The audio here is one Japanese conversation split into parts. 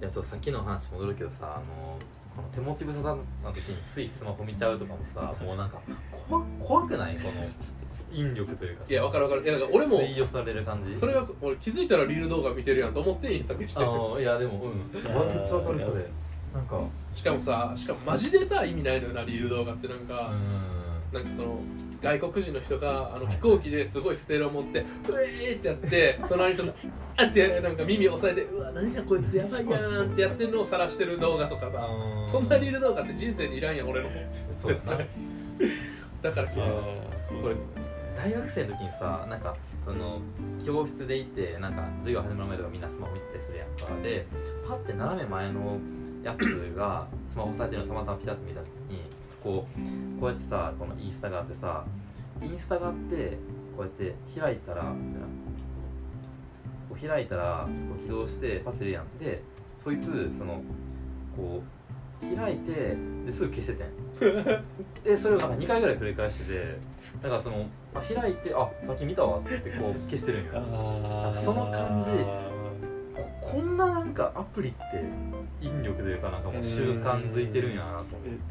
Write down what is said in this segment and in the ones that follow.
ちょっとさっきの話戻るけどさ、この手持ち無沙汰の時についスマホ見ちゃうとかもさ、もうなんか怖くない？この引力というか。 いや分かる分かる。いやだから俺も吸い寄される感じ。 それは俺気づいたらリール動画見てるやんと思ってインスタ消してる。 いやでもめっちゃ分かるそれ。なんかしかもマジでさ意味ないのよなリール動画って。なんかその外国人の人が飛行機ですごいステレオ持ってうえーってやって隣の人があってなんか耳を押さえてうわ何やこいつやばいやんってやってるのを晒してる動画とかさ、そんなリール動画って人生にいらんやん俺の絶対。だからこれ大学生の時にさ、なんかその教室でいてなんか授業始まる前とかみんなスマホ見てするやんか。でパッて斜め前のやつがスマホされてるのたまたまピタッと見た時にこうやってさ、このインスタがあってさ、インスタがあってこうやって開いたらこう開いたらこう起動してパッてるやん。でそいつそのこう開いてですぐ消しててんでそれをなんか2回ぐらい繰り返してて、だからその開いてさっき見たわってこう消してるんよ。その感じ、こんななんかアプリって引力というかなんかもう習慣づいてるんやなと思って。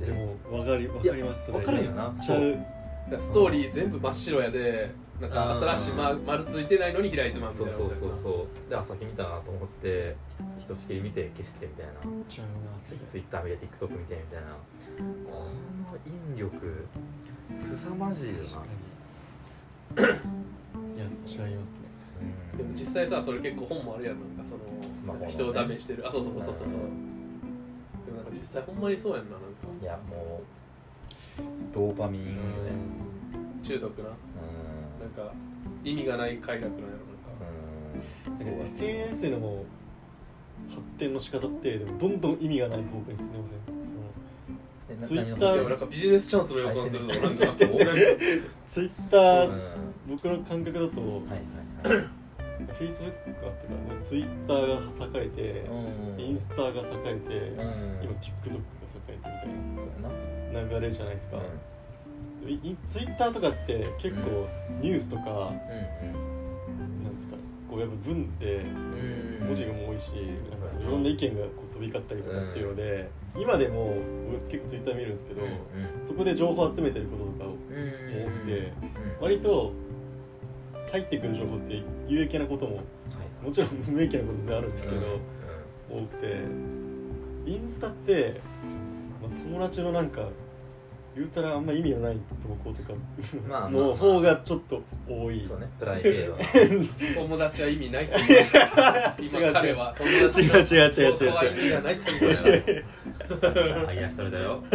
でも分かります。 分かるよな。 ストーリー全部真っ白やでなんか新しい丸ついてないのに開いてますみたいな。 そうでさっき見たなと思ってひとしきり見て消してみたいな。ツイッター見て TikTok 見てみたいな。この引力凄まじいよな。 やっちゃいますね。 でも実際さそれ結構本もあるやん。なんかその人をダメしてる。そうでもなんか実際ほんまにそうやんな。なんかいやもうドーパミン中毒な。なんか意味がない快楽なんやろ。 なんか SNS のも発展の仕方ってでもどんどん意味がない方向に進んでません？ツイッターなんかビジネスチャンスの予感するぞ。なんかツイッター僕の感覚だとフェイスブックっていうかツイッターが栄えてインスタが栄えて今 TikTok が栄えてみたいな流れじゃないですか。ツイッターとかって結構ニュースとかなんですかこうやっぱ文で文字がも多いしなんかいろんな意見がこう飛び交ったりとかっていうので今でも僕結構ツイッター見るんですけどそこで情報集めてることとかも多くて割と入ってくる情報って有益なことももちろん無益なことも全然あるんですけど多くてインスタって、友達のなんか言うたらあんま意味のない投稿とかの方がちょっと多い。 そうね、プライベート友達は意味ないと言いました。今彼は友達の投稿は意味がないと言いました。 あげやしとるだよ。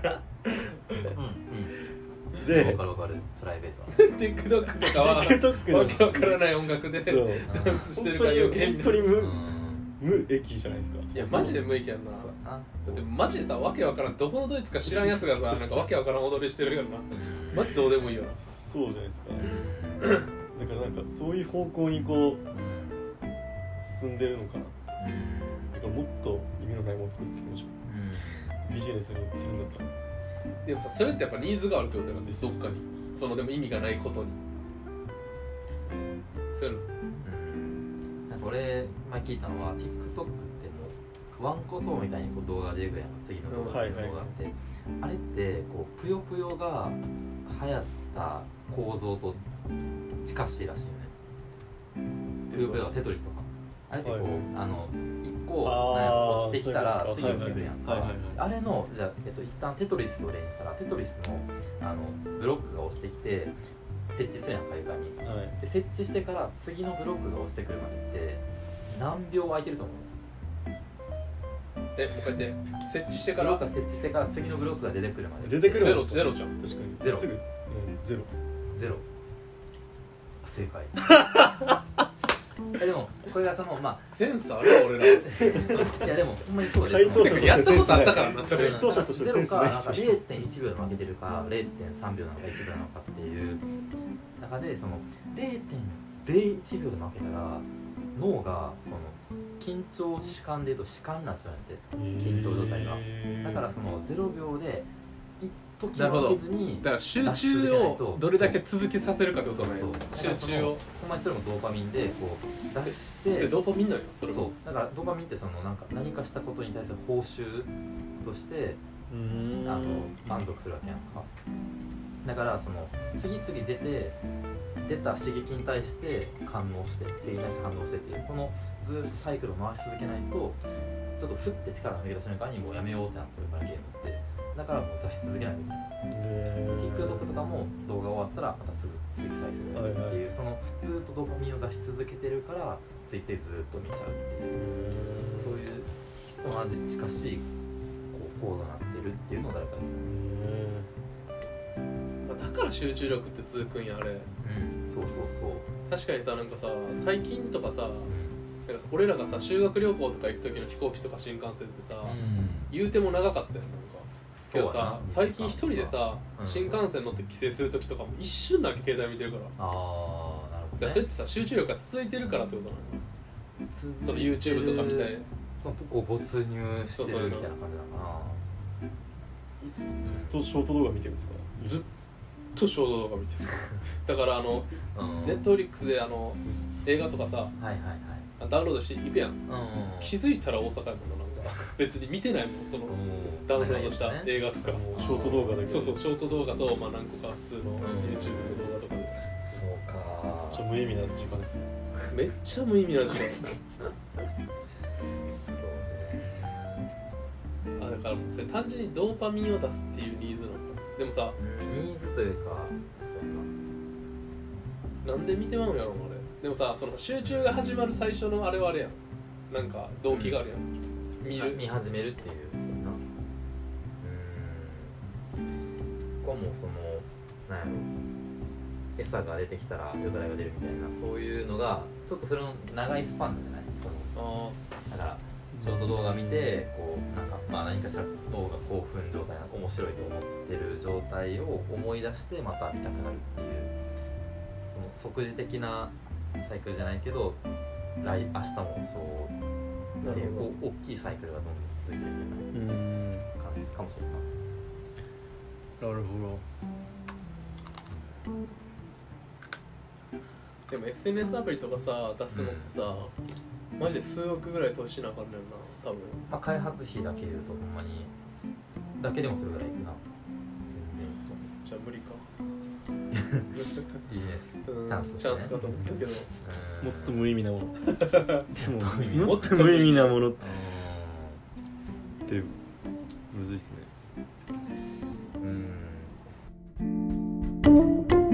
で、 分かるプライベートは TikTok とかはわけわからない音楽でダンスしてるから余計に本当に無益じゃないですか。 いやマジで無益やんな。だってマジでさわけわからんどこのドイツか知らんやつがさなんかわけわからん踊りしてるよな。マジどうでもいいよな。 そうじゃないですか。だからなんかそういう方向にこう進んでるのかな。だからもっと意味のないものを作っていきましょう。ビジネスにするんだったら。 でもさそれってやっぱニーズがあるってことなんです。どっかにそのでも意味がないことにそういうの。 なんか俺前聞いたのは TikTok ってもうワンコソみたいにこう動画で出てくるやん。次の動画って、あれってこうぷよぷよが流行った構造と近しいらしいよね。ぷよぷよがテトリスとかあれってこう、一個落ちてきたら次落ちてくるやんか。あれのじゃあ、一旦テトリスを例にしたらテトリスのブロックが落ちてきて設置するやんか床に、で設置してから次のブロックが落ちてくるまでって何秒空いてると思う？ もう一回やって設置してから設置してから次のブロックが出てくるまで出てくるゼロじゃん。 確かにゼロすぐ、ゼロ正解。でもこれがそのセンスあるわ俺ら。いやでもほんまにそうで回答者としてやったことあったからな。 回答者としてセンスないです。 0.1 秒で負けてるか 0.3 秒なのか1秒なのかっていう中でその 0.01 秒で負けたら脳がこの緊張弛緩でいうと弛緩になっちゃうんやって緊張状態が。だからその0秒で一時を空けずにだから集中をどれだけ続けさせるかってことね。集中をほんまにそれもドーパミンでこう出してそれドーパミンなのよそれも。 そうだからドーパミンってそのなんか何かしたことに対する報酬として満足するわけやんか。だからその次々出た刺激に対して反応して刺激に対して反応してっていうこのずっとサイクルを回し続けないとちょっとふって力が抜けた瞬間にもうやめようってなってるからゲームってだからもう出し続けないといけない。TikTok とかも動画終わったらまたすぐ再生するっていう、そのずっとドーパミンを出し続けてるからついついずっと見ちゃうっていうそういう同じ近しいこうコードになってるっていうのを誰かですよ。 だから集中力って続くんやあれ。 そうそうそう。 確かにさなんかさ最近とかさ、なんか俺らがさ修学旅行とか行く時の飛行機とか新幹線ってさ、言うても長かったよなんか。けどさ最近一人でさ、新幹線乗って帰省する時とかも一瞬だけ携帯見てるから。 ああなるほど、ね。 それってさ集中力が続いてるからってことなの。その YouTube とかみたいな。 こう没入してるみたいな感じなのかな。 ずっとショート動画見てるんですか。 ずっとショート動画見てる。だからネットフリックスで映画とかさ、ダウンロードしていくやん。気づいたら大阪やもんな。別に見てないもんそのダウンロードした映画とかショート動画だけそうそうショート動画と何個か普通の YouTube の動画とかでそうかちょっと無意味な時間ですね。 めっちゃ無意味な時間あだからもうそれ単純にドーパミンを出すっていうニーズなのか。でもさニーズというかなんで見てまうんやろうあれ。でもさその集中が始まる最初のあれはあれやんなんか動機があるやん、 見始めるっていうそんなここもそのなんやろ餌が出てきたらよだれが出るみたいなそういうのがちょっとそれの長いスパンじゃないだからショート動画見てこうなんかまあ何かしら動画興奮状態面白いと思ってる状態を思い出してまた見たくなるっていうその即時的なサイクルじゃないけど明日もそうっていう大きいサイクルがどんどん続いてるみたいな感じかもしれない。 なるほど。でも SNS アプリとかさ出すのってさ、マジで数億ぐらい投資しなあかんねんな多分。 まあ開発費だけ言うとほんまにだけでもそれぐらいいくな。 じゃあ無理か。 ビジネスチャンスかと思ったけど、 もっと無意味なものもっと無意味なものってむずいっすね。